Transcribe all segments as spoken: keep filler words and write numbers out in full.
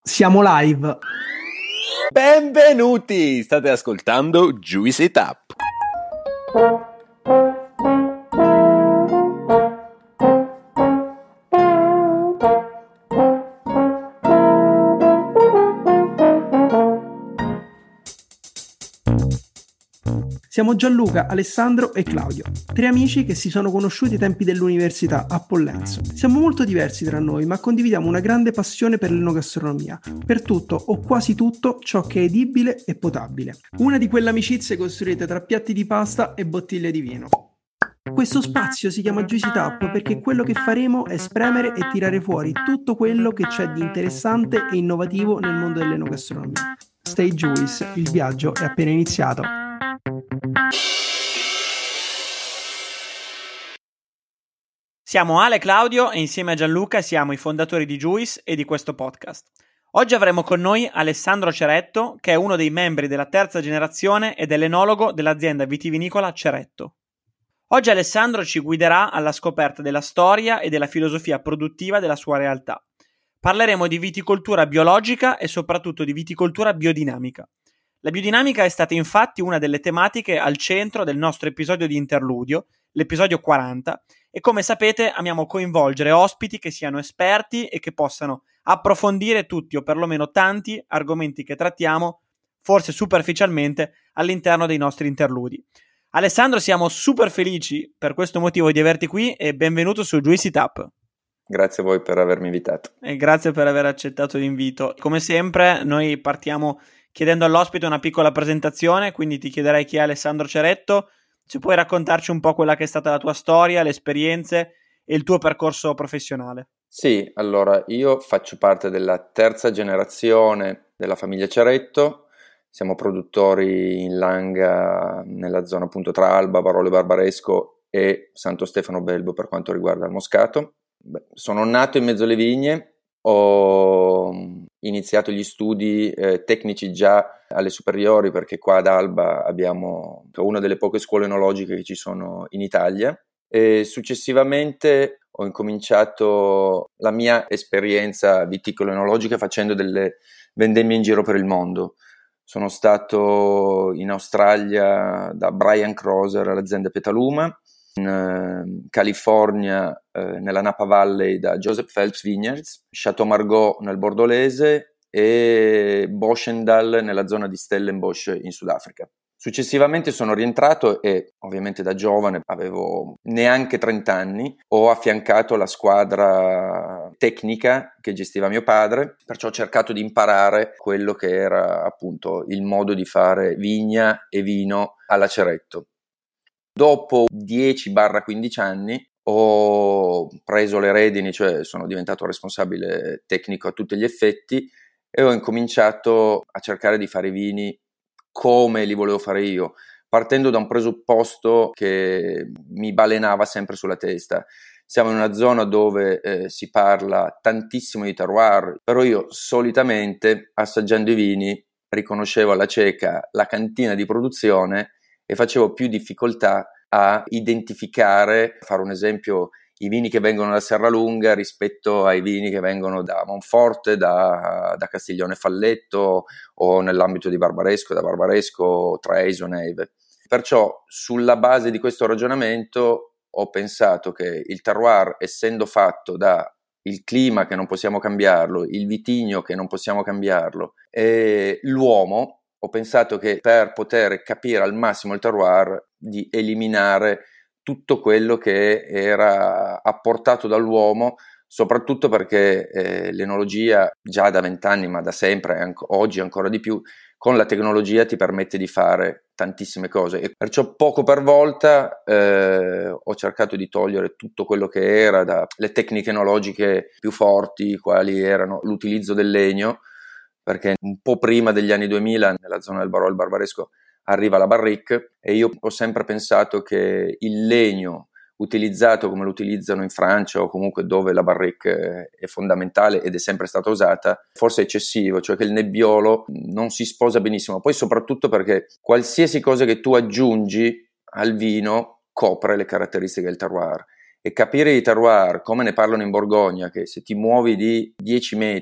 Siamo live. Benvenuti! State ascoltando Juice It Up. Siamo Gianluca, Alessandro e Claudio, tre amici che si sono conosciuti ai tempi dell'università a Pollenzo. Siamo molto diversi tra noi, ma condividiamo una grande passione per l'enogastronomia, per tutto o quasi tutto ciò che è edibile e potabile. Una di quelle amicizie costruite tra piatti di pasta e bottiglie di vino. Questo spazio si chiama Juice It Up perché quello che faremo è spremere e tirare fuori tutto quello che c'è di interessante e innovativo nel mondo dell'enogastronomia. Stay Juice, il viaggio è appena iniziato. Siamo Ale e Claudio e insieme a Gianluca siamo i fondatori di Juice e di questo podcast. Oggi avremo con noi Alessandro Ceretto, che è uno dei membri della terza generazione ed è l'enologo dell'azienda vitivinicola Ceretto. Oggi Alessandro ci guiderà alla scoperta della storia e della filosofia produttiva della sua realtà. Parleremo di viticoltura biologica e soprattutto di viticoltura biodinamica. La biodinamica è stata infatti una delle tematiche al centro del nostro episodio di interludio, l'episodio quaranta, e come sapete amiamo coinvolgere ospiti che siano esperti e che possano approfondire tutti o perlomeno tanti argomenti che trattiamo, forse superficialmente, all'interno dei nostri interludi. Alessandro, siamo super felici per questo motivo di averti qui e benvenuto su Juice It Up. Grazie a voi per avermi invitato. E grazie per aver accettato l'invito. Come sempre noi partiamo chiedendo all'ospite una piccola presentazione, quindi ti chiederei chi è Alessandro Ceretto, se puoi raccontarci un po' quella che è stata la tua storia, le esperienze e il tuo percorso professionale. Sì, allora io faccio parte della terza generazione della famiglia Ceretto, siamo produttori in Langa nella zona appunto tra Alba, Barolo e Barbaresco e Santo Stefano Belbo per quanto riguarda il Moscato. Beh, sono nato in mezzo alle vigne, ho iniziato gli studi eh, tecnici già alle superiori perché qua ad Alba abbiamo una delle poche scuole enologiche che ci sono in Italia e successivamente ho incominciato la mia esperienza viticolo-enologica facendo delle vendemmie in giro per il mondo. Sono stato in Australia da Brian Croser all'azienda Petaluma, in uh, California uh, nella Napa Valley da Joseph Phelps Vineyards, Chateau Margaux nel Bordolese e Boschendal nella zona di Stellenbosch in Sudafrica. Successivamente sono rientrato e ovviamente da giovane, avevo neanche trenta anni, ho affiancato la squadra tecnica che gestiva mio padre, perciò ho cercato di imparare quello che era appunto il modo di fare vigna e vino alla Ceretto. Dopo dieci quindici anni ho preso le redini, cioè sono diventato responsabile tecnico a tutti gli effetti e ho incominciato a cercare di fare i vini come li volevo fare io, partendo da un presupposto che mi balenava sempre sulla testa. Siamo in una zona dove eh, si parla tantissimo di terroir, però io solitamente assaggiando i vini riconoscevo alla cieca la cantina di produzione e facevo più difficoltà a identificare, fare un esempio, i vini che vengono da Serralunga rispetto ai vini che vengono da Monforte, da, da Castiglione Falletto o nell'ambito di Barbaresco, da Barbaresco, Treviso, Neve. Perciò sulla base di questo ragionamento ho pensato che il terroir, essendo fatto da il clima che non possiamo cambiarlo, il vitigno che non possiamo cambiarlo e l'uomo, ho pensato che per poter capire al massimo il terroir di eliminare tutto quello che era apportato dall'uomo, soprattutto perché eh, l'enologia già da vent'anni, ma da sempre, anche oggi ancora di più, con la tecnologia ti permette di fare tantissime cose e perciò poco per volta eh, ho cercato di togliere tutto quello che era dalle tecniche enologiche più forti, quali erano l'utilizzo del legno, perché un po' prima degli anni duemila nella zona del Barolo Barbaresco arriva la barrique e io ho sempre pensato che il legno utilizzato come lo utilizzano in Francia o comunque dove la barrique è fondamentale ed è sempre stata usata, forse è eccessivo, cioè che il nebbiolo non si sposa benissimo, poi soprattutto perché qualsiasi cosa che tu aggiungi al vino copre le caratteristiche del terroir e capire i terroir come ne parlano in Borgogna, che se ti muovi di dieci metri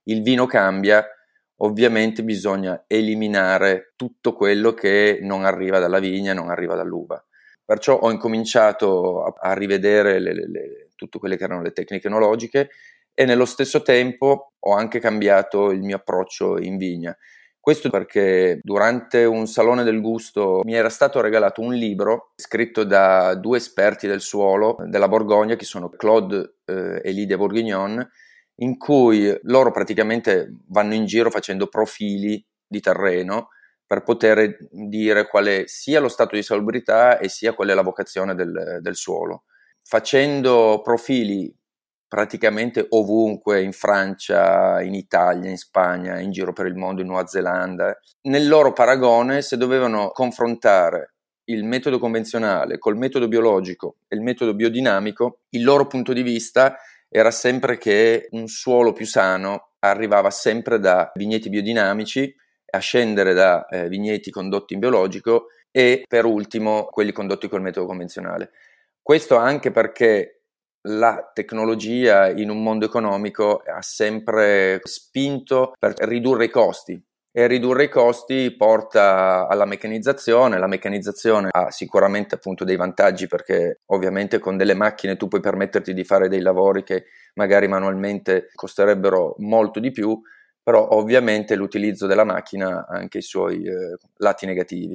il vino cambia, ovviamente bisogna eliminare tutto quello che non arriva dalla vigna, non arriva dall'uva. Perciò ho incominciato a, a rivedere le, le, le, tutte quelle che erano le tecniche enologiche e nello stesso tempo ho anche cambiato il mio approccio in vigna. Questo perché durante un salone del gusto mi era stato regalato un libro scritto da due esperti del suolo della Borgogna, che sono Claude eh, e Lydia Bourguignon, in cui loro praticamente vanno in giro facendo profili di terreno per poter dire qual è sia lo stato di salubrità e sia qual è la vocazione del, del suolo. Facendo profili praticamente ovunque, in Francia, in Italia, in Spagna, in giro per il mondo, in Nuova Zelanda, nel loro paragone, se dovevano confrontare il metodo convenzionale col metodo biologico e il metodo biodinamico, il loro punto di vista era sempre che un suolo più sano arrivava sempre da vigneti biodinamici, a scendere da eh, vigneti condotti in biologico e per ultimo quelli condotti col metodo convenzionale. Questo anche perché la tecnologia in un mondo economico ha sempre spinto per ridurre i costi e ridurre i costi porta alla meccanizzazione. La meccanizzazione ha sicuramente appunto dei vantaggi, perché ovviamente con delle macchine tu puoi permetterti di fare dei lavori che magari manualmente costerebbero molto di più, però ovviamente l'utilizzo della macchina ha anche i suoi eh, lati negativi.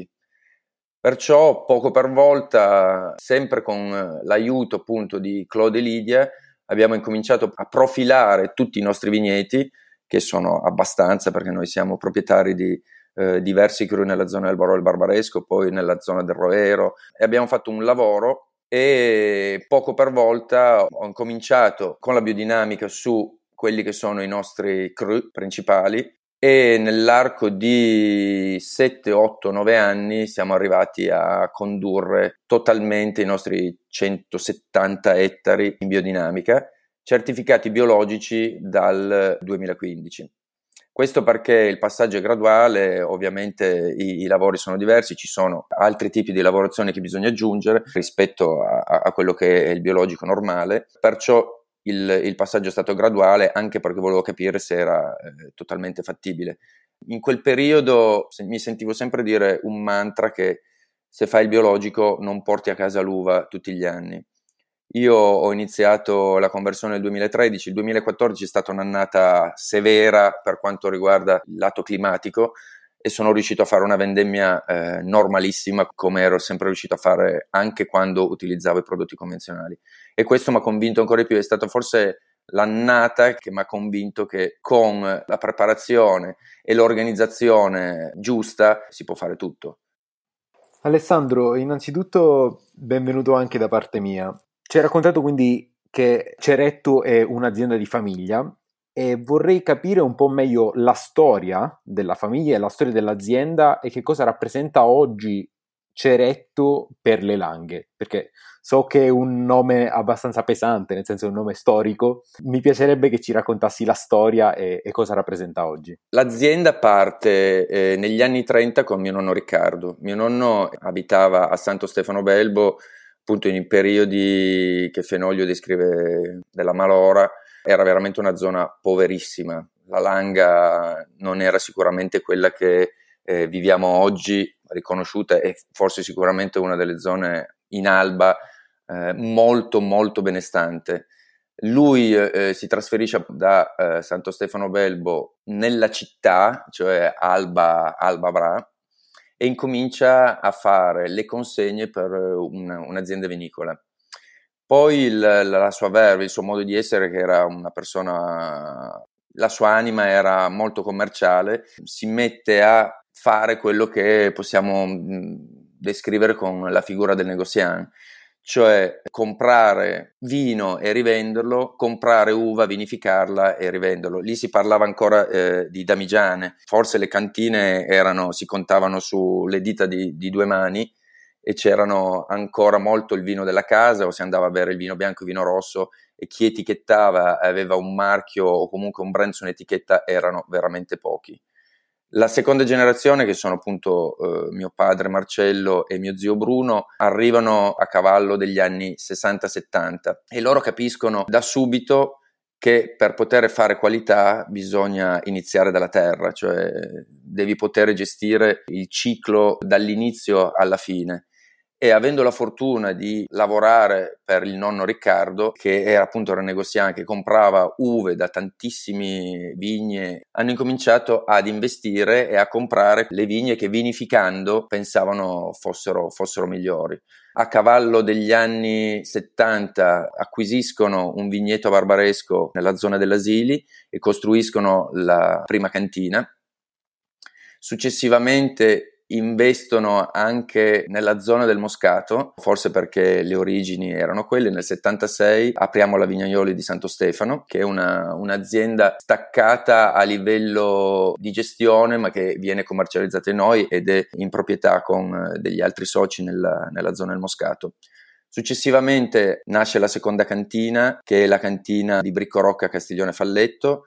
Perciò poco per volta, sempre con l'aiuto appunto di Claude e Lydia, abbiamo incominciato a profilare tutti i nostri vigneti, che sono abbastanza perché noi siamo proprietari di eh, diversi cru nella zona del Barolo del Barbaresco, poi nella zona del Roero, e abbiamo fatto un lavoro e poco per volta ho incominciato con la biodinamica su quelli che sono i nostri cru principali, e nell'arco di sette, otto, nove anni siamo arrivati a condurre totalmente i nostri centosettanta ettari in biodinamica, certificati biologici dal duemilaquindici. Questo perché il passaggio è graduale, ovviamente i, i lavori sono diversi, ci sono altri tipi di lavorazione che bisogna aggiungere rispetto a, a quello che è il biologico normale, perciò Il, il passaggio è stato graduale, anche perché volevo capire se era eh, totalmente fattibile. In quel periodo se, mi sentivo sempre dire un mantra che se fai il biologico non porti a casa l'uva tutti gli anni. Io ho iniziato la conversione nel duemilatredici, il duemilaquattordici è stata un'annata severa per quanto riguarda il lato climatico e sono riuscito a fare una vendemmia eh, normalissima, come ero sempre riuscito a fare anche quando utilizzavo i prodotti convenzionali. E questo mi ha convinto ancora di più, è stata forse l'annata che mi ha convinto che con la preparazione e l'organizzazione giusta si può fare tutto. Alessandro, innanzitutto benvenuto anche da parte mia. Ci hai raccontato quindi che Ceretto è un'azienda di famiglia e vorrei capire un po' meglio la storia della famiglia e la storia dell'azienda e che cosa rappresenta oggi Ceretto per le Langhe, perché so che è un nome abbastanza pesante, nel senso è un nome storico. Mi piacerebbe che ci raccontassi la storia e, e cosa rappresenta oggi. L'azienda parte eh, negli anni trenta con mio nonno Riccardo. Mio nonno abitava a Santo Stefano Belbo, appunto in periodi che Fenoglio descrive della malora. Era veramente una zona poverissima. La Langa non era sicuramente quella che eh, viviamo oggi, riconosciuta, e forse sicuramente una delle zone in alba eh, molto molto benestante. Lui eh, si trasferisce da eh, Santo Stefano Belbo nella città, cioè Alba, Alba Bra, e incomincia a fare le consegne per una, un'azienda vinicola. Poi il, la sua verve, il suo modo di essere, che era una persona, la sua anima era molto commerciale, si mette a fare quello che possiamo descrivere con la figura del negoziant, cioè comprare vino e rivenderlo, comprare uva, vinificarla e rivenderlo. Lì si parlava ancora eh, di damigiane, forse le cantine erano, si contavano sulle dita di, di due mani, e c'erano ancora molto il vino della casa, o si andava a bere il vino bianco e il vino rosso, e chi etichettava aveva un marchio o comunque un brand su un'etichetta erano veramente pochi. La seconda generazione, che sono appunto eh, mio padre Marcello e mio zio Bruno, arrivano a cavallo degli anni sessanta settanta e loro capiscono da subito che per poter fare qualità bisogna iniziare dalla terra, cioè devi poter gestire il ciclo dall'inizio alla fine. E avendo la fortuna di lavorare per il nonno Riccardo, che era appunto un negoziante che comprava uve da tantissime vigne, hanno incominciato ad investire e a comprare le vigne che vinificando pensavano fossero, fossero migliori. A cavallo degli anni settanta acquisiscono un vigneto barbaresco nella zona dell'Asili e costruiscono la prima cantina. Successivamente investono anche nella zona del Moscato, forse perché le origini erano quelle. Nel settantasei apriamo la Vignaioli di Santo Stefano, che è una, un'azienda staccata a livello di gestione, ma che viene commercializzata in noi ed è in proprietà con degli altri soci nella, nella zona del Moscato. Successivamente nasce la seconda cantina, che è la cantina di Bricco Rocca a Castiglione Falletto,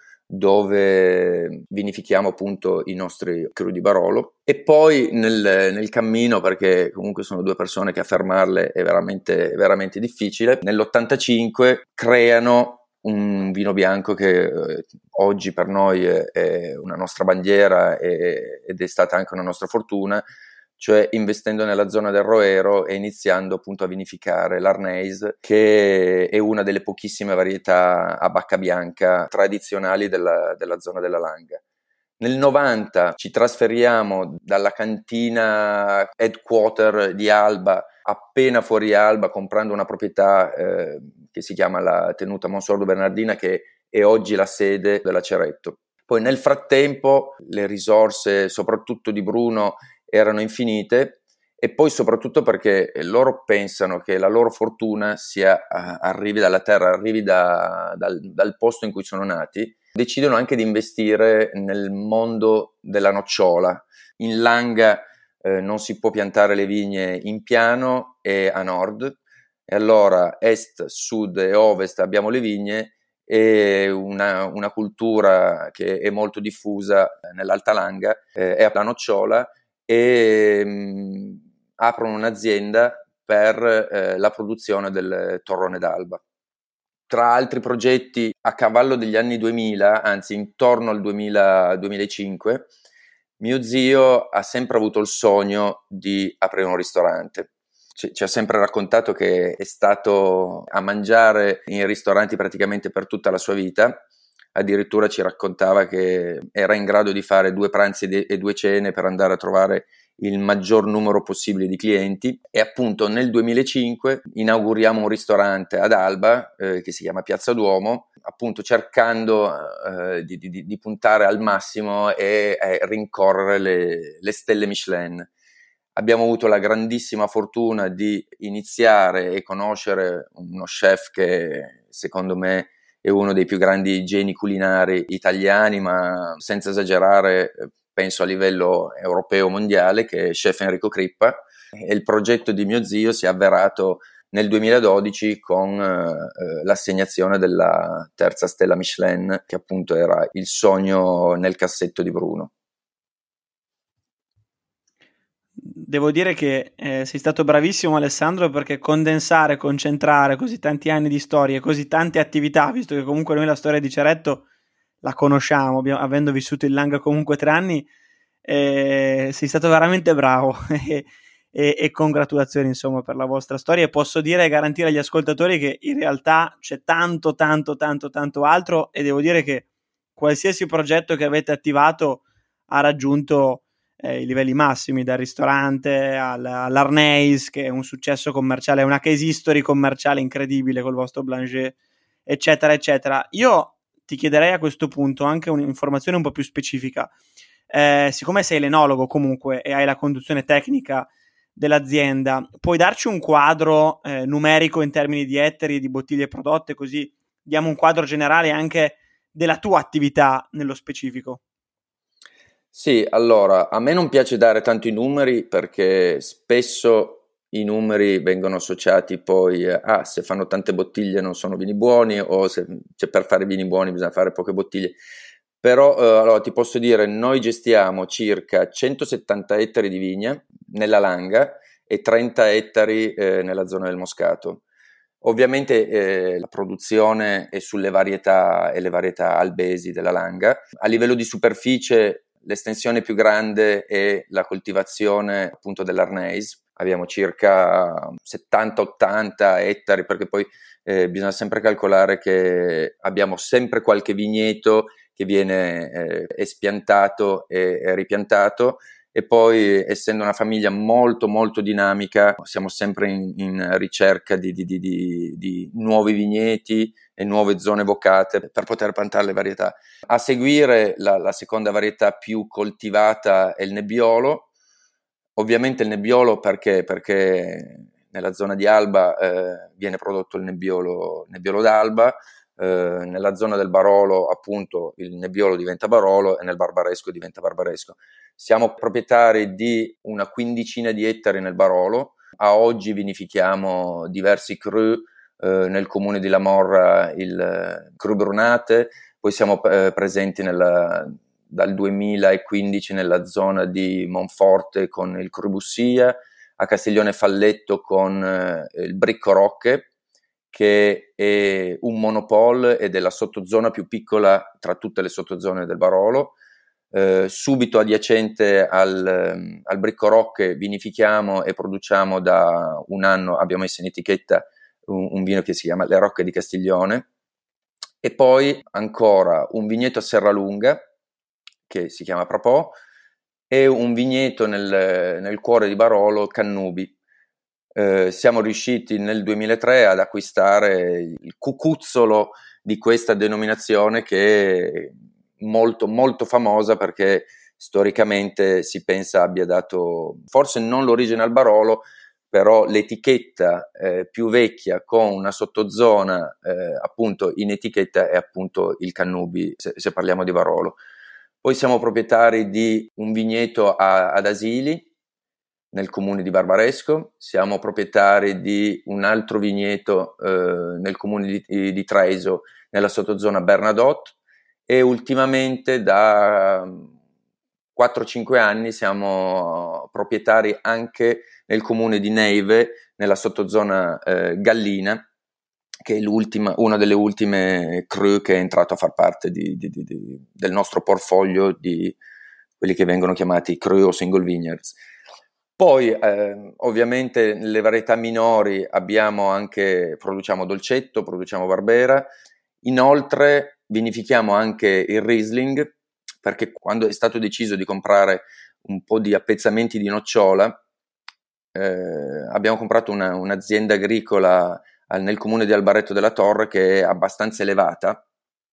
dove vinifichiamo appunto i nostri cru di Barolo. E poi nel, nel cammino, perché comunque sono due persone che affermarle è veramente, veramente difficile, nell'ottantacinque creano un vino bianco che eh, oggi per noi è, è una nostra bandiera e, ed è stata anche una nostra fortuna, cioè investendo nella zona del Roero e iniziando appunto a vinificare l'Arneis, che è una delle pochissime varietà a bacca bianca tradizionali della, della zona della Langa. Nel novanta ci trasferiamo dalla cantina headquarter di Alba, appena fuori Alba, comprando una proprietà eh, che si chiama la Tenuta Monsordo Bernardina, che è oggi la sede della Ceretto. Poi nel frattempo le risorse, soprattutto di Bruno, erano infinite, e poi soprattutto perché loro pensano che la loro fortuna sia uh, arrivi dalla terra, arrivi da, dal, dal posto in cui sono nati, decidono anche di investire nel mondo della nocciola. In Langa eh, non si può piantare le vigne in piano e a nord, e allora est, sud e ovest abbiamo le vigne, e una, una cultura che è molto diffusa nell'Alta Langa eh, è la nocciola, e mh, aprono un'azienda per eh, la produzione del torrone d'Alba. Tra altri progetti, a cavallo degli anni duemila, anzi intorno al duemila, duemilacinque, mio zio ha sempre avuto il sogno di aprire un ristorante. Ci, ci ha sempre raccontato che è stato a mangiare in ristoranti praticamente per tutta la sua vita. Addirittura ci raccontava che era in grado di fare due pranzi e due cene per andare a trovare il maggior numero possibile di clienti, e appunto nel duemilacinque inauguriamo un ristorante ad Alba eh, che si chiama Piazza Duomo, appunto cercando eh, di, di, di puntare al massimo e eh, rincorrere le, le stelle Michelin. Abbiamo avuto la grandissima fortuna di iniziare e conoscere uno chef che secondo me è uno dei più grandi geni culinari italiani, ma senza esagerare penso a livello europeo mondiale, che è chef Enrico Crippa, e il progetto di mio zio si è avverato nel duemiladodici con eh, l'assegnazione della terza stella Michelin, che appunto era il sogno nel cassetto di Bruno. Devo dire che eh, sei stato bravissimo, Alessandro, perché condensare, concentrare così tanti anni di storie, così tante attività, visto che comunque noi la storia di Ceretto la conosciamo, abbiamo, avendo vissuto in Langa comunque tre anni, eh, sei stato veramente bravo e, e, e congratulazioni insomma per la vostra storia, e posso dire e garantire agli ascoltatori che in realtà c'è tanto tanto tanto tanto altro, e devo dire che qualsiasi progetto che avete attivato ha raggiunto eh, i livelli massimi, dal ristorante al, all'Arneis, che è un successo commerciale, è una case history commerciale incredibile col vostro Blanchet, eccetera eccetera. Io ti chiederei a questo punto anche un'informazione un po' più specifica. Eh, siccome sei l'enologo comunque e hai la conduzione tecnica dell'azienda, puoi darci un quadro eh, numerico in termini di ettari e di bottiglie prodotte, così diamo un quadro generale anche della tua attività nello specifico? Sì, allora, a me non piace dare tanto i numeri, perché spesso i numeri vengono associati poi a ah, se fanno tante bottiglie non sono vini buoni, o se cioè, per fare vini buoni bisogna fare poche bottiglie. Però eh, allora, ti posso dire, noi gestiamo circa centosettanta ettari di vigna nella Langa e trenta ettari eh, nella zona del Moscato. Ovviamente eh, la produzione è sulle varietà e le varietà albesi della Langa. A livello di superficie l'estensione più grande è la coltivazione appunto dell'Arneis. Abbiamo circa settanta ottanta ettari, perché poi eh, bisogna sempre calcolare che abbiamo sempre qualche vigneto che viene eh, espiantato e, e ripiantato, e poi, essendo una famiglia molto molto dinamica, siamo sempre in, in ricerca di, di, di, di, di nuovi vigneti e nuove zone vocate per poter piantare le varietà. A seguire la, la seconda varietà più coltivata è il Nebbiolo. Ovviamente il Nebbiolo perché? Perché nella zona di Alba eh, viene prodotto il Nebbiolo, Nebbiolo d'Alba, eh, nella zona del Barolo appunto il Nebbiolo diventa Barolo e nel Barbaresco diventa Barbaresco. Siamo proprietari di una quindicina di ettari nel Barolo. A oggi vinifichiamo diversi cru, eh, nel comune di La Morra il Cru Brunate, poi siamo eh, presenti nella, dal duemilaquindici nella zona di Monforte con il Cru Bussia, a Castiglione Falletto con eh, il Bricco Rocche, che è un monopole ed è la sottozona più piccola tra tutte le sottozone del Barolo. Eh, subito adiacente al, al Bricco Rocche vinifichiamo e produciamo da un anno, abbiamo messo in etichetta un, un vino che si chiama Le Rocche di Castiglione, e poi ancora un vigneto a Serralunga che si chiama Prapò e un vigneto nel, nel cuore di Barolo, Cannubi. Eh, siamo riusciti nel duemilatré ad acquistare il cucuzzolo di questa denominazione, che è molto molto famosa perché storicamente si pensa abbia dato, forse non l'origine al Barolo, però l'etichetta eh, più vecchia con una sottozona eh, appunto in etichetta è appunto il Cannubi, se, se parliamo di Barolo. Poi siamo proprietari di un vigneto a, ad Asili nel comune di Barbaresco, siamo proprietari di un altro vigneto eh, nel comune di, di Treviso nella sottozona Bernadotte, e ultimamente da quattro cinque anni siamo proprietari anche nel comune di Neive nella sottozona eh, Gallina, che è l'ultima, una delle ultime cru che è entrato a far parte di, di, di, di, del nostro portfolio di quelli che vengono chiamati cru o single vineyards. Poi eh, ovviamente nelle varietà minori abbiamo anche, produciamo dolcetto, produciamo Barbera, inoltre vinifichiamo anche il Riesling, perché quando è stato deciso di comprare un po' di appezzamenti di nocciola, eh, abbiamo comprato una, un'azienda agricola nel comune di Albaretto della Torre che è abbastanza elevata,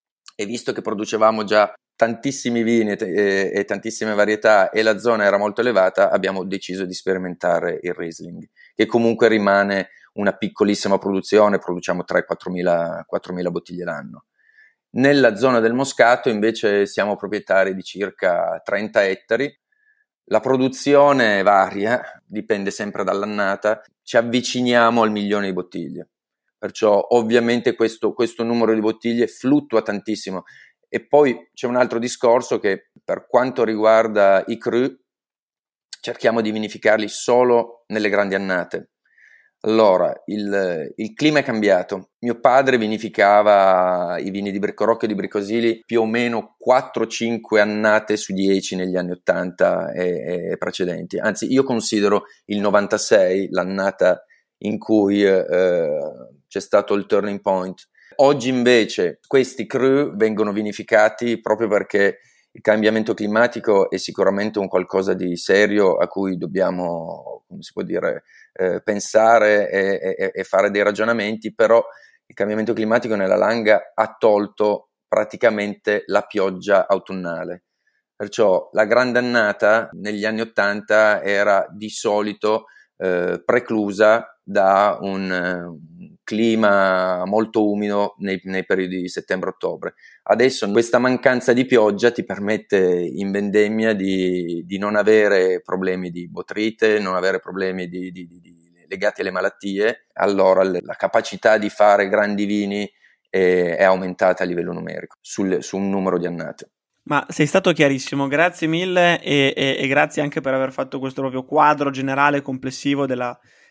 e visto che producevamo già tantissimi vini e, e tantissime varietà e la zona era molto elevata, abbiamo deciso di sperimentare il Riesling, che comunque rimane una piccolissima produzione, produciamo tre quattro mila bottiglie l'anno. Nella zona del Moscato invece siamo proprietari di circa trenta ettari. La produzione varia, dipende sempre dall'annata, ci avviciniamo al milione di bottiglie. Perciò ovviamente questo, questo numero di bottiglie fluttua tantissimo. E poi c'è un altro discorso, che per quanto riguarda i cru cerchiamo di vinificarli solo nelle grandi annate. Allora, il, il clima è cambiato. Mio padre vinificava i vini di Bricco Rocche e di Bricosili più o meno quattro cinque annate su dieci negli anni ottanta e, e precedenti. Anzi, io considero il novantasei l'annata in cui eh, c'è stato il turning point. Oggi invece questi cru vengono vinificati proprio perché il cambiamento climatico è sicuramente un qualcosa di serio a cui dobbiamo, come si può dire, eh, pensare e, e, e fare dei ragionamenti, però il cambiamento climatico nella Langa ha tolto praticamente la pioggia autunnale. Perciò la grande annata negli anni ottanta era di solito eh, preclusa da un, un clima molto umido nei, nei periodi di settembre-ottobre. Adesso questa mancanza di pioggia ti permette in vendemmia di, di non avere problemi di botryte, non avere problemi di, di, di, di, legati alle malattie. Allora la capacità di fare grandi vini è, è aumentata a livello numerico sul, su un numero di annate. Ma sei stato chiarissimo, grazie mille e, e, e grazie anche per aver fatto questo proprio quadro generale complessivo della,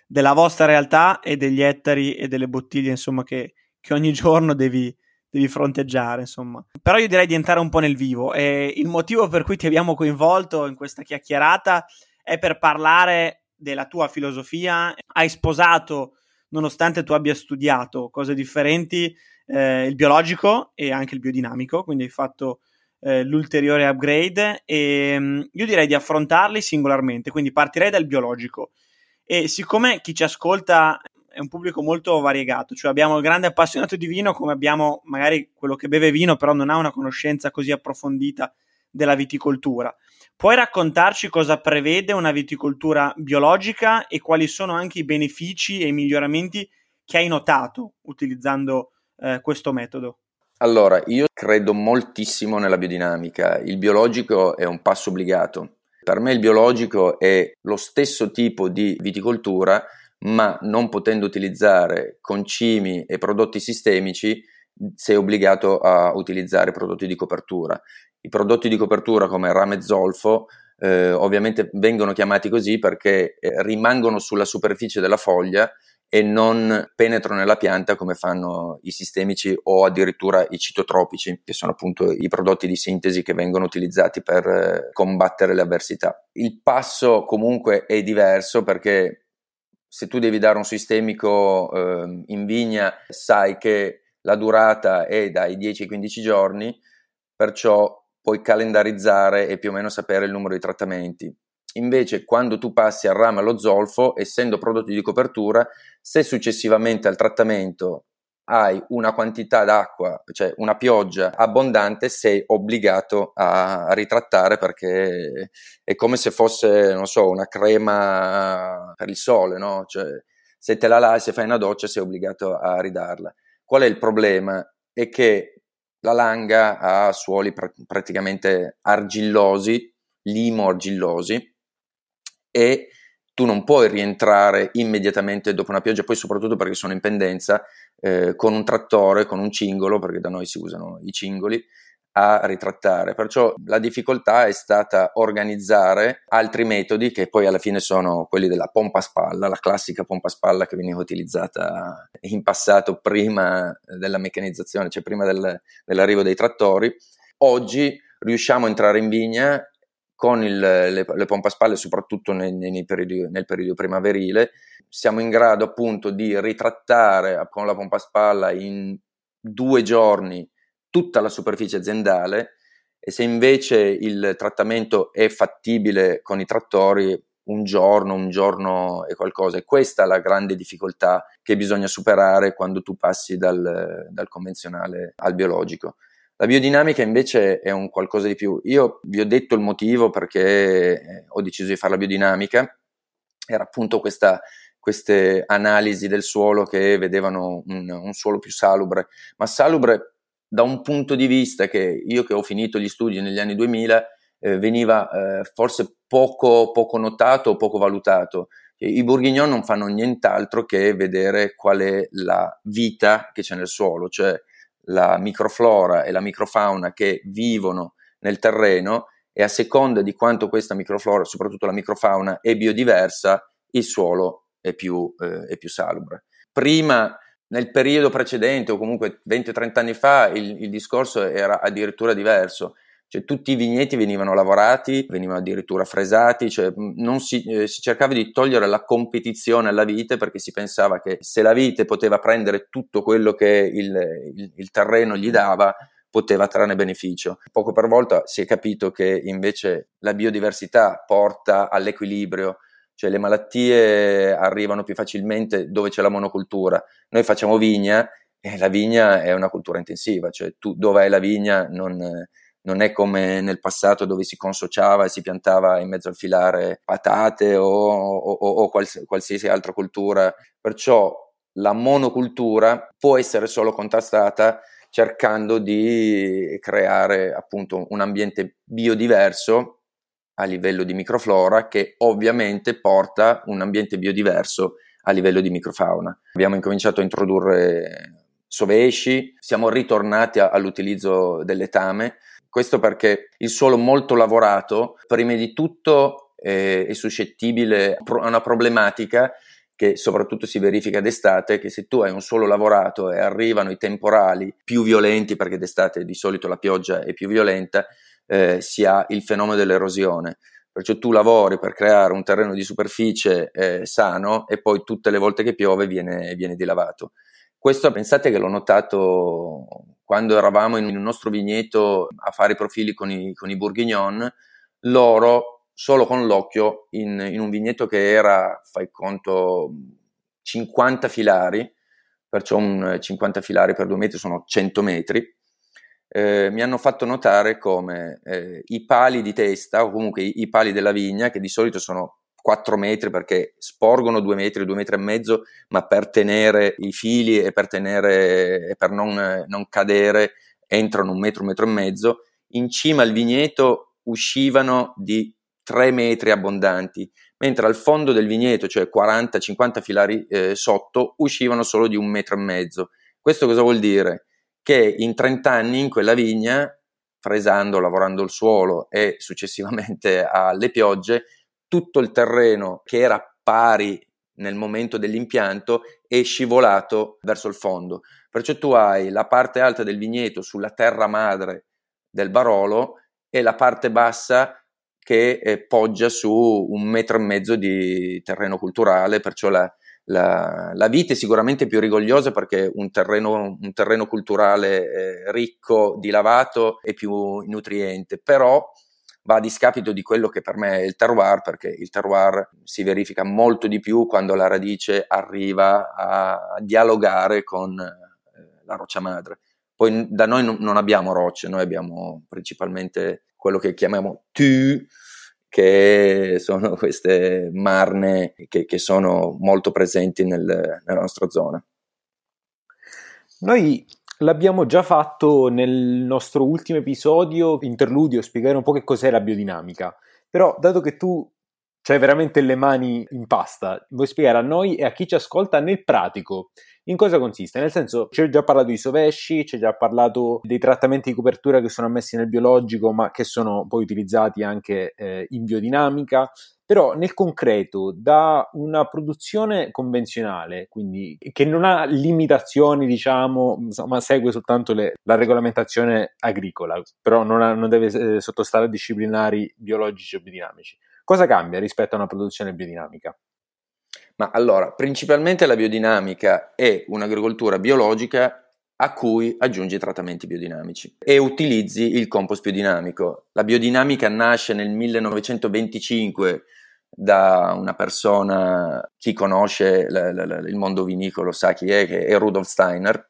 della vostra realtà e degli ettari e delle bottiglie, insomma, che, che ogni giorno devi, devi fronteggiare, insomma. Però io direi di entrare un po' nel vivo, e il motivo per cui ti abbiamo coinvolto in questa chiacchierata è per parlare della tua filosofia. Hai sposato, nonostante tu abbia studiato cose differenti, eh, il biologico e anche il biodinamico, quindi hai fatto eh, l'ulteriore upgrade, e mh, io direi di affrontarli singolarmente, quindi partirei dal biologico. E siccome chi ci ascolta è un pubblico molto variegato, cioè abbiamo il grande appassionato di vino, come abbiamo magari quello che beve vino però non ha una conoscenza così approfondita della viticoltura, puoi raccontarci cosa prevede una viticoltura biologica e quali sono anche i benefici e i miglioramenti che hai notato utilizzando eh, questo metodo? Allora, io credo moltissimo nella biodinamica. Il biologico è un passo obbligato. Per me il biologico è lo stesso tipo di viticoltura, ma non potendo utilizzare concimi e prodotti sistemici, sei obbligato a utilizzare prodotti di copertura. I prodotti di copertura come rame zolfo eh, ovviamente vengono chiamati così perché eh, rimangono sulla superficie della foglia e non penetrano nella pianta come fanno i sistemici o addirittura i citotropici, che sono appunto i prodotti di sintesi che vengono utilizzati per eh, combattere le avversità. Il passo comunque è diverso, perché se tu devi dare un sistemico eh, in vigna, sai che la durata è dai dieci ai quindici giorni, perciò puoi calendarizzare e più o meno sapere il numero di trattamenti. Invece quando tu passi al rame allo zolfo, essendo prodotti di copertura, se successivamente al trattamento hai una quantità d'acqua, cioè una pioggia abbondante, sei obbligato a, a ritrattare, perché è come se fosse, non so, una crema per il sole, no? Cioè, se te la lavi, se fai una doccia, sei obbligato a ridarla. Qual è il problema? È che la langa ha suoli pr- praticamente argillosi, limo-argillosi, e tu non puoi rientrare immediatamente dopo una pioggia, poi soprattutto perché sono in pendenza, eh, con un trattore, con un cingolo, perché da noi si usano i cingoli, a ritrattare. Perciò la difficoltà è stata organizzare altri metodi, che poi alla fine sono quelli della pompa a spalla, la classica pompa a spalla che veniva utilizzata in passato prima della meccanizzazione, cioè prima del, dell'arrivo dei trattori. Oggi riusciamo a entrare in vigna con il, le, le pompe a spalle, soprattutto nei, nei periodi, nel periodo primaverile. Siamo in grado appunto di ritrattare con la pompa a spalla in due giorni tutta la superficie aziendale, e se invece il trattamento è fattibile con i trattori, un giorno, un giorno e qualcosa. E questa è la grande difficoltà che bisogna superare quando tu passi dal, dal convenzionale al biologico. La biodinamica invece è un qualcosa di più. Io vi ho detto il motivo perché ho deciso di fare la biodinamica, era appunto questa, queste analisi del suolo che vedevano un, un suolo più salubre, ma salubre da un punto di vista che io, che ho finito gli studi negli anni duemila, eh, veniva eh, forse poco, poco notato o poco valutato. I bourguignon non fanno nient'altro che vedere qual è la vita che c'è nel suolo, cioè la microflora e la microfauna che vivono nel terreno, e a seconda di quanto questa microflora, soprattutto la microfauna, è biodiversa, il suolo è più, eh, è più salubre. Prima, nel periodo precedente, o comunque venti o trenta anni fa, il, il discorso era addirittura diverso. Cioè, tutti i vigneti venivano lavorati, venivano addirittura fresati, cioè non si, eh, si cercava di togliere la competizione alla vite, perché si pensava che se la vite poteva prendere tutto quello che il, il, il terreno gli dava, poteva trarne beneficio. Poco per volta si è capito che invece la biodiversità porta all'equilibrio, cioè le malattie arrivano più facilmente dove c'è la monocultura. Noi facciamo vigna e la vigna è una cultura intensiva, cioè tu dove hai la vigna non... Non è come nel passato dove si consociava e si piantava in mezzo al filare patate o, o, o quals- qualsiasi altra cultura. Perciò la monocultura può essere solo contrastata cercando di creare appunto un ambiente biodiverso a livello di microflora, che ovviamente porta un ambiente biodiverso a livello di microfauna. Abbiamo incominciato a introdurre sovesci, siamo ritornati a- all'utilizzo del letame. Questo perché il suolo molto lavorato, prima di tutto, eh, è suscettibile a una problematica che soprattutto si verifica d'estate, che se tu hai un suolo lavorato e arrivano i temporali più violenti, perché d'estate di solito la pioggia è più violenta, eh, si ha il fenomeno dell'erosione. Perciò tu lavori per creare un terreno di superficie eh, sano e poi tutte le volte che piove viene, viene dilavato. Questo pensate che l'ho notato quando eravamo in un nostro vigneto a fare i profili con i, con i bourguignon. Loro, solo con l'occhio, in, in un vigneto che era, fai conto, cinquanta filari, perciò un cinquanta filari per due metri sono cento metri, Eh, mi hanno fatto notare come eh, i pali di testa, o comunque i, i pali della vigna, che di solito sono quattro metri perché sporgono due metri, due metri e mezzo, ma per tenere i fili e per tenere e per non, non cadere entrano un metro, un metro e mezzo. In cima al vigneto uscivano di tre metri abbondanti, mentre al fondo del vigneto, cioè quaranta cinquanta filari eh, sotto, uscivano solo di un metro e mezzo. Questo cosa vuol dire? Che in trenta anni in quella vigna, fresando, lavorando il suolo e successivamente alle piogge, tutto il terreno che era pari nel momento dell'impianto è scivolato verso il fondo. Perciò tu hai la parte alta del vigneto sulla terra madre del Barolo e la parte bassa che eh, poggia su un metro e mezzo di terreno culturale, perciò la La, la vite è sicuramente più rigogliosa perché un terreno, un terreno culturale eh, ricco di lavato è più nutriente, però va a discapito di quello che per me è il terroir, perché il terroir si verifica molto di più quando la radice arriva a dialogare con eh, la roccia madre. Poi da noi non, non abbiamo rocce, noi abbiamo principalmente quello che chiamiamo tu, che sono queste marne che, che sono molto presenti nel, nella nostra zona. Noi l'abbiamo già fatto nel nostro ultimo episodio, interludio, spiegare un po' che cos'è la biodinamica, però dato che tu c'hai veramente le mani in pasta, vuoi spiegare a noi e a chi ci ascolta nel pratico in cosa consiste? Nel senso, ci hai già parlato di sovesci, ci hai già parlato dei trattamenti di copertura che sono ammessi nel biologico ma che sono poi utilizzati anche eh, in biodinamica, però nel concreto da una produzione convenzionale, quindi che non ha limitazioni, diciamo, ma segue soltanto le, la regolamentazione agricola, però non, ha, non deve eh, sottostare a disciplinari biologici o biodinamici. Cosa cambia rispetto a una produzione biodinamica? Ma allora, principalmente la biodinamica è un'agricoltura biologica a cui aggiungi trattamenti biodinamici e utilizzi il compost biodinamico. La biodinamica nasce nel millenovecentoventicinque da una persona, chi conosce la, la, la, il mondo vinicolo sa chi è, che è Rudolf Steiner,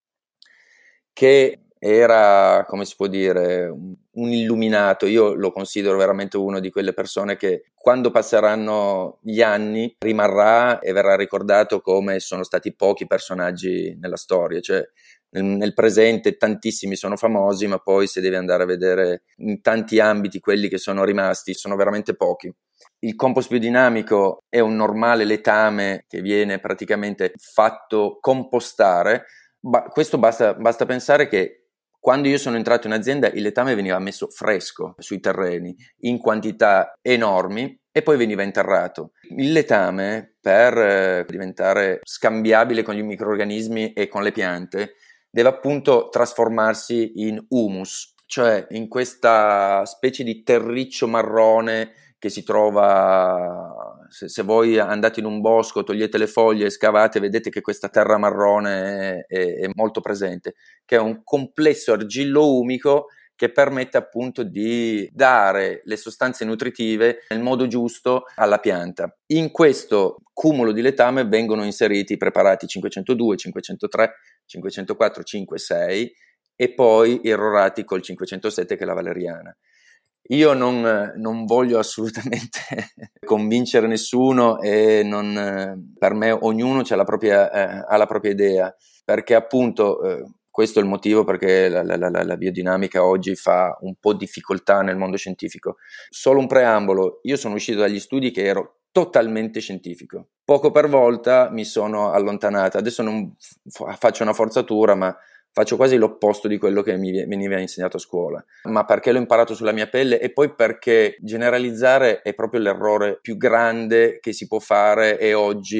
che era, come si può dire, un illuminato. Io lo considero veramente una di quelle persone che quando passeranno gli anni rimarrà e verrà ricordato come sono stati pochi personaggi nella storia, cioè nel, nel presente tantissimi sono famosi, ma poi se devi andare a vedere in tanti ambiti quelli che sono rimasti sono veramente pochi. Il compost biodinamico è un normale letame che viene praticamente fatto compostare. Ba- questo basta, basta pensare che quando io sono entrato in azienda il letame veniva messo fresco sui terreni in quantità enormi e poi veniva interrato. Il letame, per eh, diventare scambiabile con gli microrganismi e con le piante, deve appunto trasformarsi in humus, cioè in questa specie di terriccio marrone che si trova, se, se voi andate in un bosco, togliete le foglie, scavate, vedete che questa terra marrone è, è, è molto presente, che è un complesso argillo-umico che permette appunto di dare le sostanze nutritive nel modo giusto alla pianta. In questo cumulo di letame vengono inseriti i preparati cinquecentodue, cinquecentotre, cinquecentoquattro, cinque, sei e poi irrorati col cinquecentosette che è la valeriana. Io non, non voglio assolutamente convincere nessuno e non, per me ognuno c'ha la propria, eh, ha la propria idea, perché appunto eh, questo è il motivo perché la, la, la, la biodinamica oggi fa un po' difficoltà nel mondo scientifico. Solo un preambolo, io sono uscito dagli studi che ero totalmente scientifico, poco per volta mi sono allontanato, adesso non f- faccio una forzatura ma faccio quasi l'opposto di quello che mi veniva insegnato a scuola, ma perché l'ho imparato sulla mia pelle e poi perché generalizzare è proprio l'errore più grande che si può fare e oggi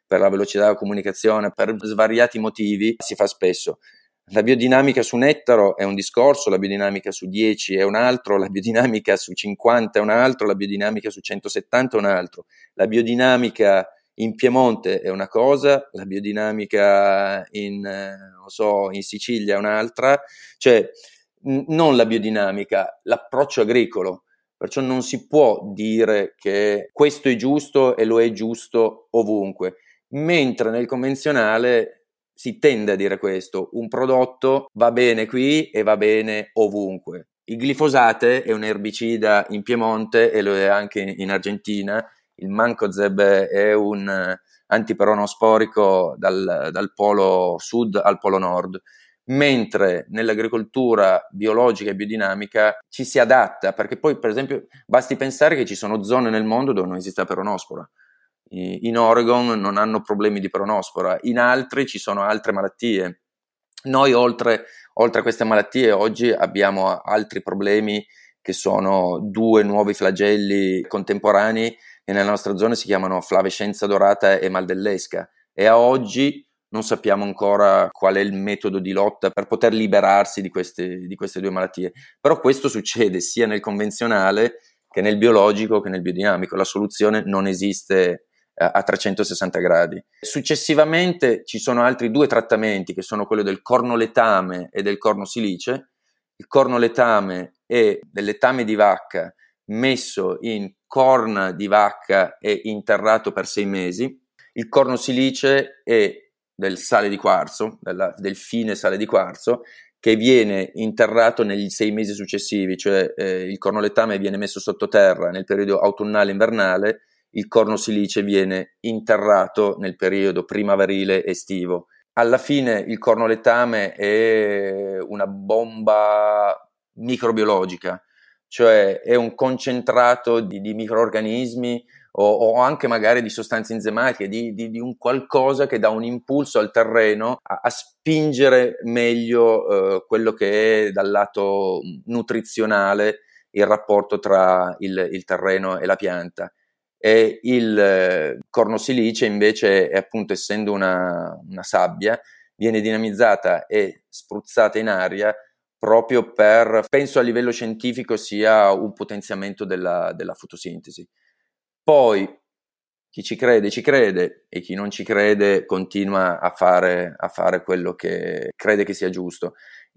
per la velocità della comunicazione, per svariati motivi, si fa spesso. La biodinamica su nettaro è un discorso, la biodinamica su dieci è un altro, la biodinamica su cinquanta è un altro, la biodinamica su centosettanta è un altro. La biodinamica in Piemonte è una cosa, la biodinamica in, eh, non so, in Sicilia è un'altra, cioè n- non la biodinamica, l'approccio agricolo. Perciò non si può dire che questo è giusto e lo è giusto ovunque, mentre nel convenzionale si tende a dire questo: un prodotto va bene qui e va bene ovunque. Il glifosate è un erbicida in Piemonte e lo è anche in Argentina, il Mancozeb è un antiperonosporico dal, dal polo sud al polo nord, mentre nell'agricoltura biologica e biodinamica ci si adatta, perché poi per esempio basti pensare che ci sono zone nel mondo dove non esiste la peronospora. In Oregon non hanno problemi di peronospora, in altri ci sono altre malattie. Noi oltre, oltre a queste malattie oggi abbiamo altri problemi che sono due nuovi flagelli contemporanei che nella nostra zona si chiamano flavescenza dorata e mal dell'esca, e a oggi non sappiamo ancora qual è il metodo di lotta per poter liberarsi di queste, di queste due malattie. Però questo succede sia nel convenzionale che nel biologico che nel biodinamico. La soluzione non esiste a trecentosessanta gradi. Successivamente ci sono altri due trattamenti che sono quello del cornoletame e del cornosilice. Il cornoletame è del letame di vacca messo in corna di vacca e interrato per sei mesi. Il cornosilice è del sale di quarzo, della, del fine sale di quarzo, che viene interrato negli sei mesi successivi, cioè eh, il cornoletame viene messo sottoterra nel periodo autunnale invernale, il cornosilice viene interrato nel periodo primaverile estivo. Alla fine il cornoletame è una bomba microbiologica, cioè è un concentrato di, di microrganismi o, o anche magari di sostanze enzimatiche, di, di, di un qualcosa che dà un impulso al terreno a, a spingere meglio eh, quello che è dal lato nutrizionale il rapporto tra il, il terreno e la pianta. E il eh, cornosilice invece è appunto, essendo una, una sabbia, viene dinamizzata e spruzzata in aria proprio per, penso a livello scientifico sia un potenziamento della, della fotosintesi. Poi chi ci crede ci crede e chi non ci crede continua a fare, a fare quello che crede che sia giusto.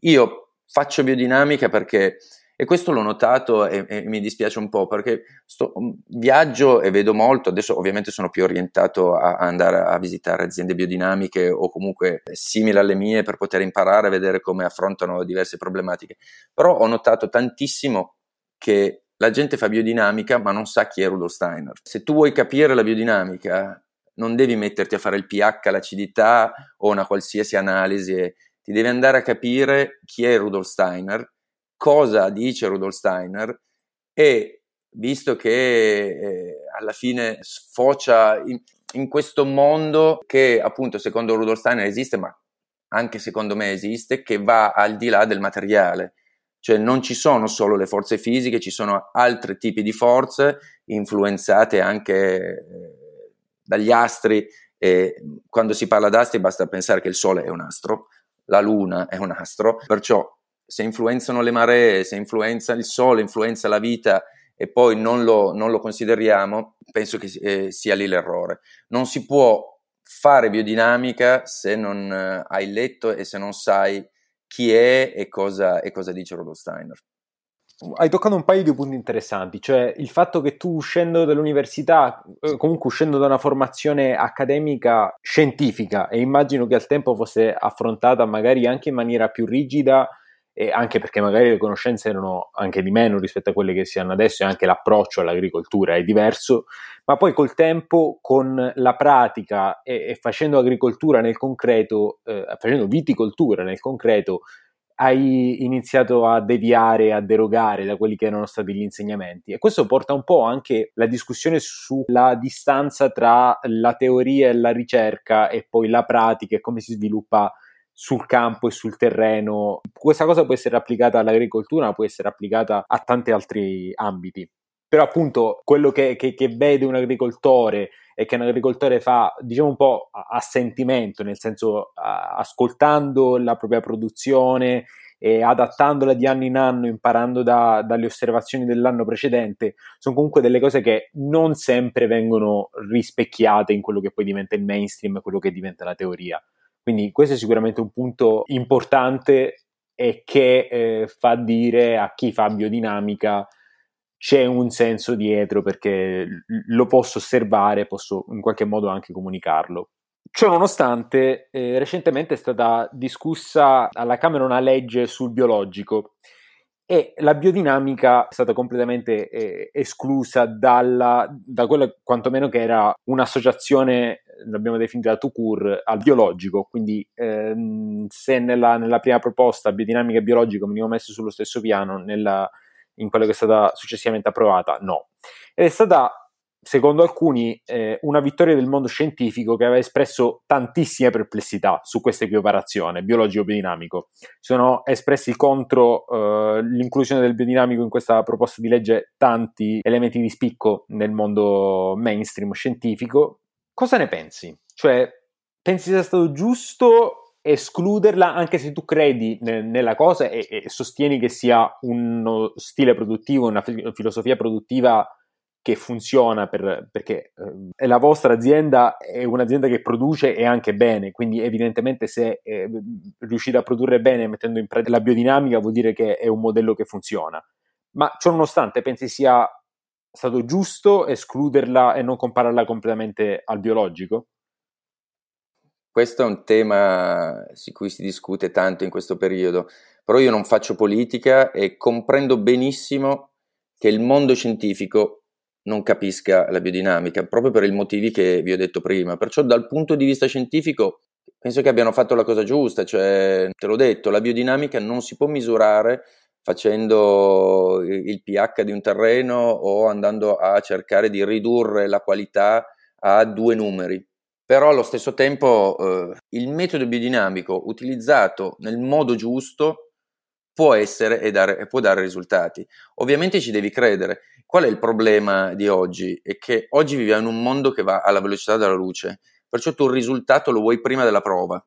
Io faccio biodinamica perché, e questo l'ho notato e, e mi dispiace un po', perché sto, viaggio e vedo molto. Adesso ovviamente sono più orientato a, a andare a visitare aziende biodinamiche o comunque simili alle mie per poter imparare a vedere come affrontano diverse problematiche, però ho notato tantissimo che la gente fa biodinamica ma non sa chi è Rudolf Steiner. Se tu vuoi capire la biodinamica non devi metterti a fare il pH, l'acidità o una qualsiasi analisi, ti devi andare a capire chi è Rudolf Steiner, cosa dice Rudolf Steiner, e visto che eh, alla fine sfocia in, in questo mondo che appunto secondo Rudolf Steiner esiste, ma anche secondo me esiste, che va al di là del materiale. Cioè non ci sono solo le forze fisiche, ci sono altri tipi di forze influenzate anche eh, dagli astri, e quando si parla d'astri basta pensare che il Sole è un astro, la Luna è un astro, perciò se influenzano le maree, se influenza il Sole, influenza la vita e poi non lo, non lo consideriamo, penso che eh, sia lì l'errore. Non si può fare biodinamica se non eh, hai letto e se non sai chi è e cosa, e cosa dice Rudolf Steiner. Hai toccato un paio di punti interessanti, cioè il fatto che tu, uscendo dall'università, comunque uscendo da una formazione accademica scientifica, e immagino che al tempo fosse affrontata magari anche in maniera più rigida, e anche perché magari le conoscenze erano anche di meno rispetto a quelle che si hanno adesso, e anche l'approccio all'agricoltura è diverso, ma poi col tempo, con la pratica e, e facendo agricoltura nel concreto, eh, facendo viticoltura nel concreto, hai iniziato a deviare, a derogare da quelli che erano stati gli insegnamenti, e questo porta un po' anche la discussione sulla distanza tra la teoria e la ricerca e poi la pratica e come si sviluppa sul campo e sul terreno. Questa cosa può essere applicata all'agricoltura, ma può essere applicata a tanti altri ambiti. però appunto quello che, che, che vede un agricoltore e che un agricoltore fa, diciamo un po' a, a sentimento, nel senso a, ascoltando la propria produzione e adattandola di anno in anno, imparando da, dalle osservazioni dell'anno precedente, sono comunque delle cose che non sempre vengono rispecchiate in quello che poi diventa il mainstream, quello che diventa la teoria. Quindi questo è sicuramente un punto importante e che eh, fa dire a chi fa biodinamica c'è un senso dietro, perché lo posso osservare, posso in qualche modo anche comunicarlo. Ciò nonostante, eh, recentemente è stata discussa alla Camera una legge sul biologico e la biodinamica è stata completamente eh, esclusa dalla, da quella quantomeno che era un'associazione, l'abbiamo definita tout court, al biologico. Quindi ehm, se nella, nella prima proposta biodinamica e biologico venivano messi sullo stesso piano, nella, in quella che è stata successivamente approvata, no. Ed è stata, secondo alcuni, eh, una vittoria del mondo scientifico che aveva espresso tantissime perplessità su questa equiparazione biologico-biodinamico. Sono espressi contro eh, l'inclusione del biodinamico in questa proposta di legge tanti elementi di spicco nel mondo mainstream scientifico. Cosa ne pensi? Cioè, pensi sia stato giusto escluderla, anche se tu credi ne- nella cosa e-, e sostieni che sia uno stile produttivo, una fi- filosofia produttiva che funziona per, perché eh, la vostra azienda è un'azienda che produce e anche bene, quindi evidentemente se eh, riuscite a produrre bene mettendo in pratica la biodinamica vuol dire che è un modello che funziona. Ma ciò nonostante pensi sia stato giusto escluderla e non compararla completamente al biologico? Questo è un tema su cui si discute tanto in questo periodo, però io non faccio politica e comprendo benissimo che il mondo scientifico non capisca la biodinamica, proprio per i motivi che vi ho detto prima. Perciò dal punto di vista scientifico penso che abbiano fatto la cosa giusta, cioè, te l'ho detto, la biodinamica non si può misurare facendo il pH di un terreno o andando a cercare di ridurre la qualità a due numeri. Però allo stesso tempo eh, il metodo biodinamico utilizzato nel modo giusto può essere e dare, può dare risultati. Ovviamente ci devi credere. Qual è il problema di oggi? È che oggi viviamo in un mondo che va alla velocità della luce, perciò tu il risultato lo vuoi prima della prova.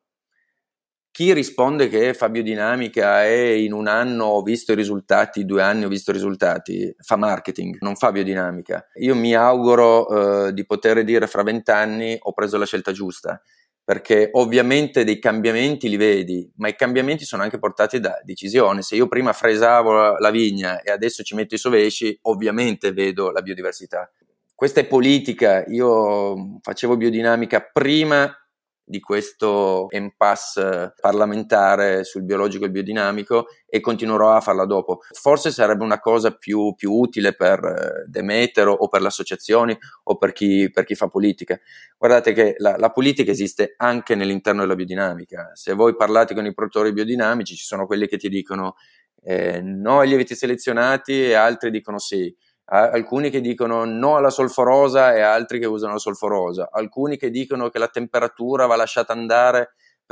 Chi risponde che fa biodinamica e in un anno ho visto i risultati, due anni ho visto i risultati, fa marketing, non fa biodinamica. Io mi auguro eh, di poter dire fra vent'anni ho preso la scelta giusta, perché ovviamente dei cambiamenti li vedi, ma i cambiamenti sono anche portati da decisione. Se io prima fresavo la vigna e adesso ci metto i sovesci, ovviamente vedo la biodiversità. Questa è politica, io facevo biodinamica prima di questo impasse parlamentare sul biologico e il biodinamico e continuerò a farla dopo. Forse sarebbe una cosa più, più utile per Demetero o per le associazioni o per chi, per chi fa politica. Guardate che la, la politica esiste anche all'interno della biodinamica. Se voi parlate con i produttori biodinamici ci sono quelli che ti dicono eh, no ai lieviti selezionati e altri dicono sì. Alcuni che dicono no alla solforosa e altri che usano la solforosa, alcuni che dicono che la temperatura va lasciata andare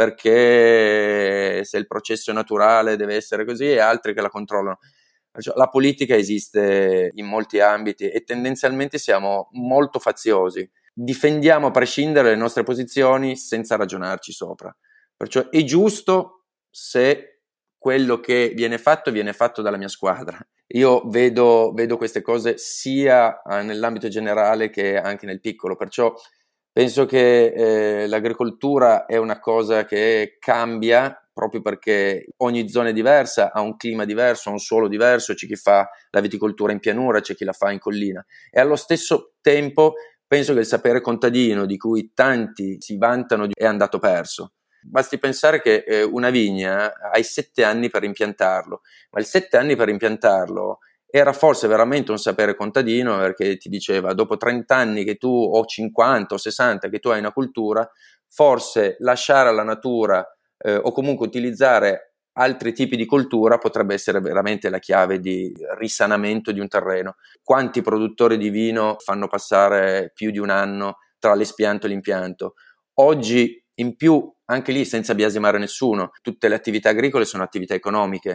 perché se il processo è naturale deve essere così e altri che la controllano. La politica esiste in molti ambiti e tendenzialmente siamo molto faziosi, difendiamo a prescindere le nostre posizioni senza ragionarci sopra, perciò è giusto se quello che viene fatto viene fatto dalla mia squadra. Io vedo, vedo queste cose sia nell'ambito generale che anche nel piccolo, perciò penso che eh, l'agricoltura è una cosa che cambia proprio perché ogni zona è diversa, ha un clima diverso, ha un suolo diverso, c'è chi fa la viticoltura in pianura, c'è chi la fa in collina e allo stesso tempo penso che il sapere contadino di cui tanti si vantano è andato perso. Basti pensare che eh, una vigna hai sette anni per impiantarlo, ma il sette anni per impiantarlo era forse veramente un sapere contadino perché ti diceva dopo trenta anni che tu o cinquanta o sessanta che tu hai una cultura, forse lasciare alla natura eh, o comunque utilizzare altri tipi di coltura potrebbe essere veramente la chiave di risanamento di un terreno. Quanti produttori di vino fanno passare più di un anno tra l'espianto e l'impianto? Oggi in più, anche lì senza biasimare nessuno, tutte le attività agricole sono attività economiche,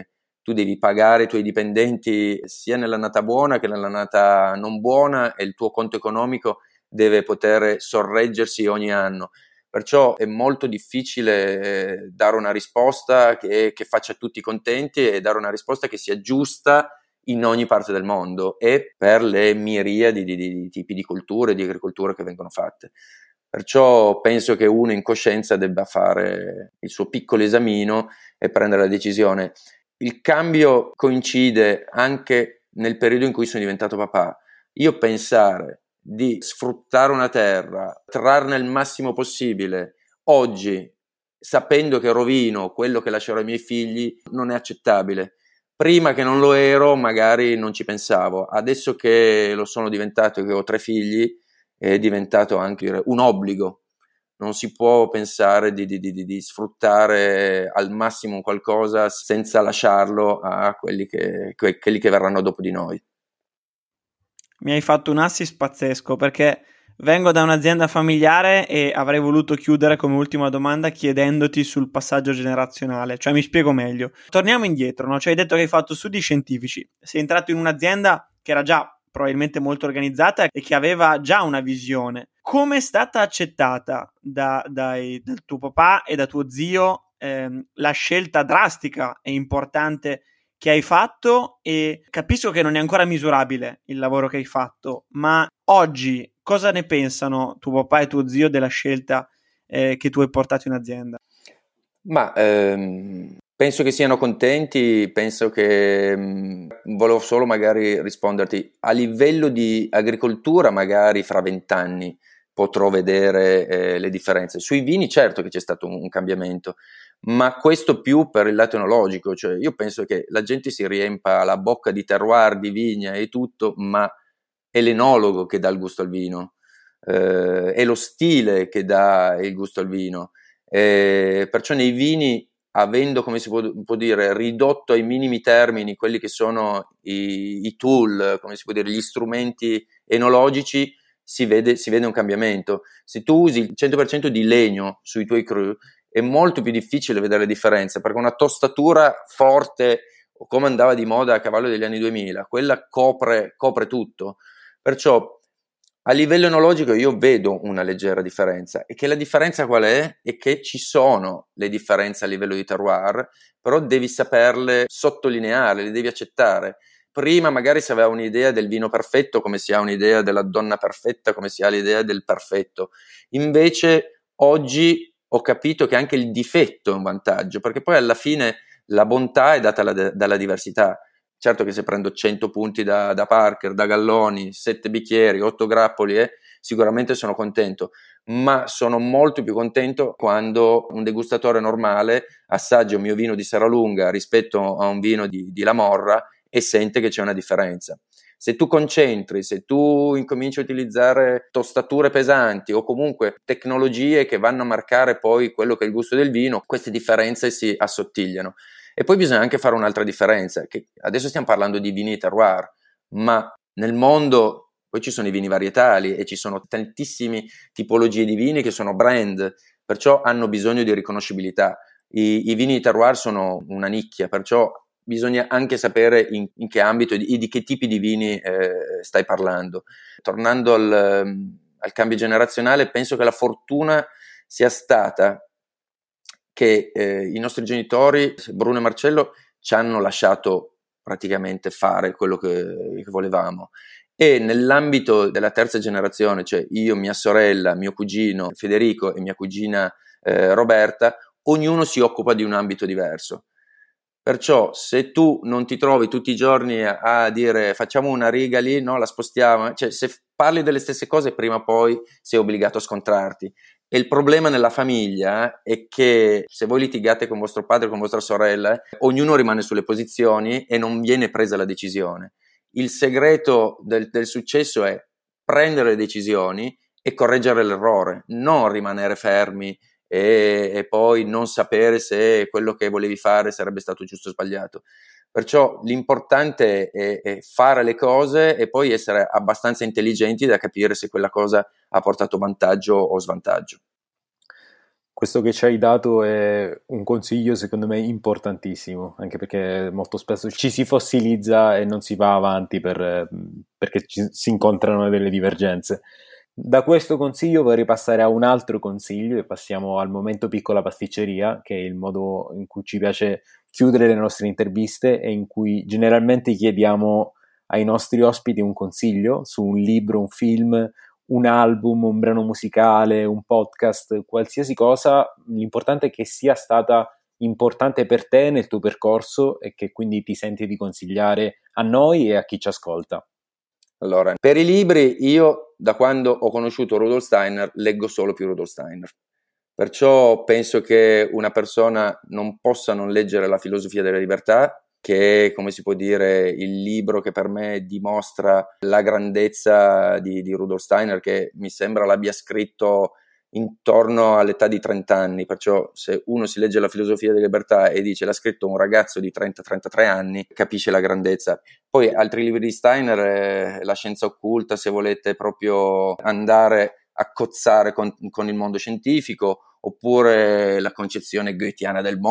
tu devi pagare i tuoi dipendenti sia nell'annata buona che nell'annata non buona e il tuo conto economico deve poter sorreggersi ogni anno. Perciò è molto difficile dare una risposta che, che faccia tutti contenti e dare una risposta che sia giusta in ogni parte del mondo e per le miriadi di, di, di tipi di culture e di agricolture che vengono fatte. Perciò penso che uno in coscienza debba fare il suo piccolo esamino e prendere la decisione. Il cambio coincide anche nel periodo in cui sono diventato papà. Io pensare di sfruttare una terra, trarne il massimo possibile oggi, sapendo che rovino quello che lascerò ai miei figli, non è accettabile. Prima che non lo ero, magari non ci pensavo. Adesso che lo sono diventato e che ho tre figli, è diventato anche un obbligo. Non si può pensare di, di, di, di sfruttare al massimo qualcosa senza lasciarlo a quelli che, quelli che verranno dopo di noi. Mi hai fatto un assist pazzesco, perché vengo da un'azienda familiare e avrei voluto chiudere come ultima domanda chiedendoti sul passaggio generazionale. Cioè, mi spiego meglio. Torniamo indietro, no? Cioè, hai detto che hai fatto studi scientifici. Sei entrato in un'azienda che era già probabilmente molto organizzata e che aveva già una visione. Come è stata accettata da, dai, dal tuo papà e da tuo zio ehm, la scelta drastica e importante che hai fatto? E capisco che non è ancora misurabile il lavoro che hai fatto, ma oggi cosa ne pensano tuo papà e tuo zio della scelta eh, che tu hai portato in azienda? Ma ehm, penso che siano contenti, penso che mh, volevo solo magari risponderti a livello di agricoltura, magari fra vent'anni potrò vedere eh, le differenze. Sui vini certo che c'è stato un, un cambiamento, ma questo più per il lato enologico, cioè io penso che la gente si riempa la bocca di terroir, di vigna e tutto, ma è l'enologo che dà il gusto al vino, eh, è lo stile che dà il gusto al vino, eh, perciò nei vini, avendo, come si può, può dire, ridotto ai minimi termini quelli che sono i, i tool, come si può dire, gli strumenti enologici, si vede, si vede un cambiamento. Se tu usi il cento per cento di legno sui tuoi cru, è molto più difficile vedere le differenze, perché una tostatura forte, o come andava di moda a cavallo degli anni duemila, quella copre, copre tutto. Perciò a livello enologico io vedo una leggera differenza, e che la differenza qual è? È che ci sono le differenze a livello di terroir, però devi saperle sottolineare, le devi accettare. Prima magari si aveva un'idea del vino perfetto come si ha un'idea della donna perfetta, come si ha l'idea del perfetto. Invece oggi ho capito che anche il difetto è un vantaggio, perché poi alla fine la bontà è data la, dalla diversità. Certo che se prendo cento punti da, da Parker, da Galloni, sette bicchieri, otto grappoli, eh, sicuramente sono contento, ma sono molto più contento quando un degustatore normale assaggia un mio vino di Serralunga rispetto a un vino di, di La Morra e sente che c'è una differenza. Se tu concentri, se tu incominci a utilizzare tostature pesanti o comunque tecnologie che vanno a marcare poi quello che è il gusto del vino, queste differenze si assottigliano. E poi bisogna anche fare un'altra differenza, che adesso stiamo parlando di vini terroir, ma nel mondo poi ci sono i vini varietali e ci sono tantissime tipologie di vini che sono brand, perciò hanno bisogno di riconoscibilità. I, i vini terroir sono una nicchia, perciò bisogna anche sapere in, in che ambito e di, di che tipi di vini eh, stai parlando. Tornando al, al cambio generazionale, penso che la fortuna sia stata che eh, i nostri genitori, Bruno e Marcello, ci hanno lasciato praticamente fare quello che, che volevamo, e nell'ambito della terza generazione, cioè io, mia sorella, mio cugino Federico e mia cugina eh, Roberta, ognuno si occupa di un ambito diverso. Perciò se tu non ti trovi tutti i giorni a, a dire facciamo una riga lì, no, la spostiamo, cioè se parli delle stesse cose prima o poi sei obbligato a scontrarti. E il problema nella famiglia è che se voi litigate con vostro padre o con vostra sorella, eh, ognuno rimane sulle posizioni e non viene presa la decisione. Il segreto del, del successo è prendere le decisioni e correggere l'errore, non rimanere fermi e, e poi non sapere se quello che volevi fare sarebbe stato giusto o sbagliato. Perciò l'importante è, è fare le cose e poi essere abbastanza intelligenti da capire se quella cosa ha portato vantaggio o svantaggio. Questo che ci hai dato è un consiglio secondo me importantissimo, anche perché molto spesso ci si fossilizza e non si va avanti per, perché ci, si incontrano delle divergenze. Da questo consiglio vorrei passare a un altro consiglio e passiamo al momento piccola pasticceria, che è il modo in cui ci piace chiudere le nostre interviste e in cui generalmente chiediamo ai nostri ospiti un consiglio su un libro, un film, un album, un brano musicale, un podcast, qualsiasi cosa. L'importante è che sia stata importante per te nel tuo percorso e che quindi ti senti di consigliare a noi e a chi ci ascolta. Allora, per i libri, io da quando ho conosciuto Rudolf Steiner leggo solo più Rudolf Steiner. Perciò penso che una persona non possa non leggere La filosofia della libertà, che è, come si può dire, il libro che per me dimostra la grandezza di, di Rudolf Steiner, che mi sembra l'abbia scritto intorno all'età di trenta anni. Perciò se uno si legge La filosofia della libertà e dice l'ha scritto un ragazzo di trenta trentatré anni, capisce la grandezza. Poi altri libri di Steiner, eh, La scienza occulta, se volete proprio andare a cozzare con, con il mondo scientifico, oppure La concezione goetheana del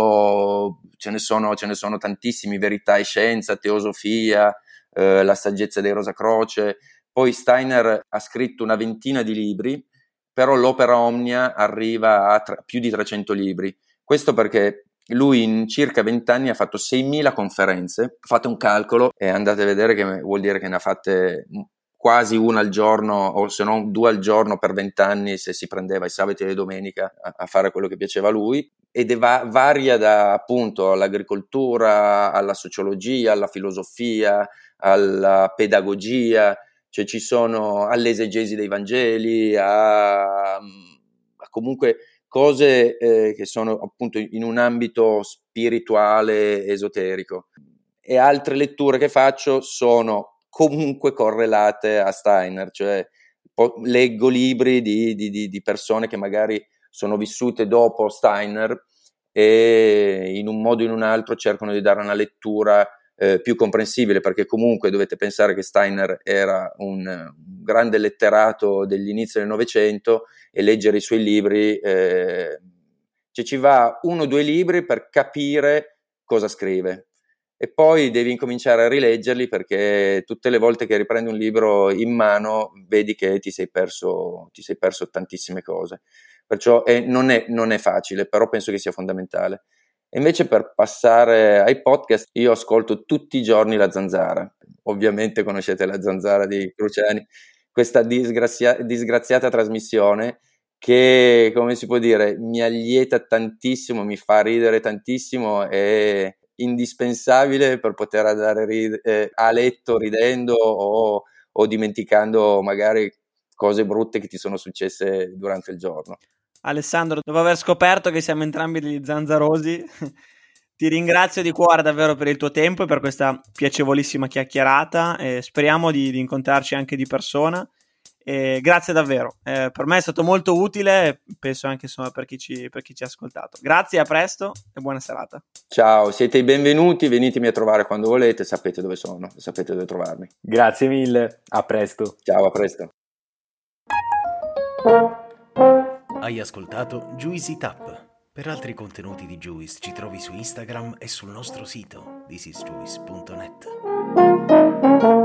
mondo, ce ne sono, ce ne sono tantissimi, Verità e scienza, Teosofia, eh, La saggezza dei Rosacroce. Poi Steiner ha scritto una ventina di libri, però l'opera omnia arriva a tra, più di trecento libri. Questo perché lui in circa venti anni ha fatto seimila conferenze. Fate un calcolo e andate a vedere che vuol dire che ne ha fatte quasi una al giorno, o se non due al giorno per vent'anni, se si prendeva i sabati e le domenica a, a fare quello che piaceva a lui. Ed è va, varia da appunto all'agricoltura, alla sociologia, alla filosofia, alla pedagogia, cioè ci sono all'esegesi dei Vangeli, a, a comunque cose eh, che sono appunto in un ambito spirituale, esoterico. E altre letture che faccio sono comunque correlate a Steiner, cioè po- leggo libri di, di, di persone che magari sono vissute dopo Steiner e in un modo o in un altro cercano di dare una lettura eh, più comprensibile, perché comunque dovete pensare che Steiner era un, un grande letterato degli inizi del Novecento e leggere i suoi libri, eh, cioè ci va uno o due libri per capire cosa scrive. E poi devi incominciare a rileggerli, perché tutte le volte che riprendi un libro in mano vedi che ti sei perso, ti sei perso tantissime cose. Perciò è, non, è, non è facile, però penso che sia fondamentale. E invece per passare ai podcast, io ascolto tutti i giorni La Zanzara. Ovviamente conoscete La Zanzara di Cruciani, questa disgrazia, disgraziata trasmissione che, come si può dire, mi allieta tantissimo, mi fa ridere tantissimo e indispensabile per poter andare rid- eh, a letto ridendo o, o dimenticando magari cose brutte che ti sono successe durante il giorno. Alessandro, dopo aver scoperto che siamo entrambi degli zanzarosi, ti ringrazio di cuore davvero per il tuo tempo e per questa piacevolissima chiacchierata e speriamo di, di incontrarci anche di persona. E grazie davvero, eh, per me è stato molto utile e penso anche insomma per chi ci, per chi ci ha ascoltato. Grazie, a presto e buona serata. Ciao, siete i benvenuti, venitemi a trovare quando volete, sapete dove sono, sapete dove trovarmi. Grazie mille, a presto. Ciao, a presto. Hai ascoltato Juicy Tap. Per altri contenuti di Juice ci trovi su Instagram e sul nostro sito this is juice punto net.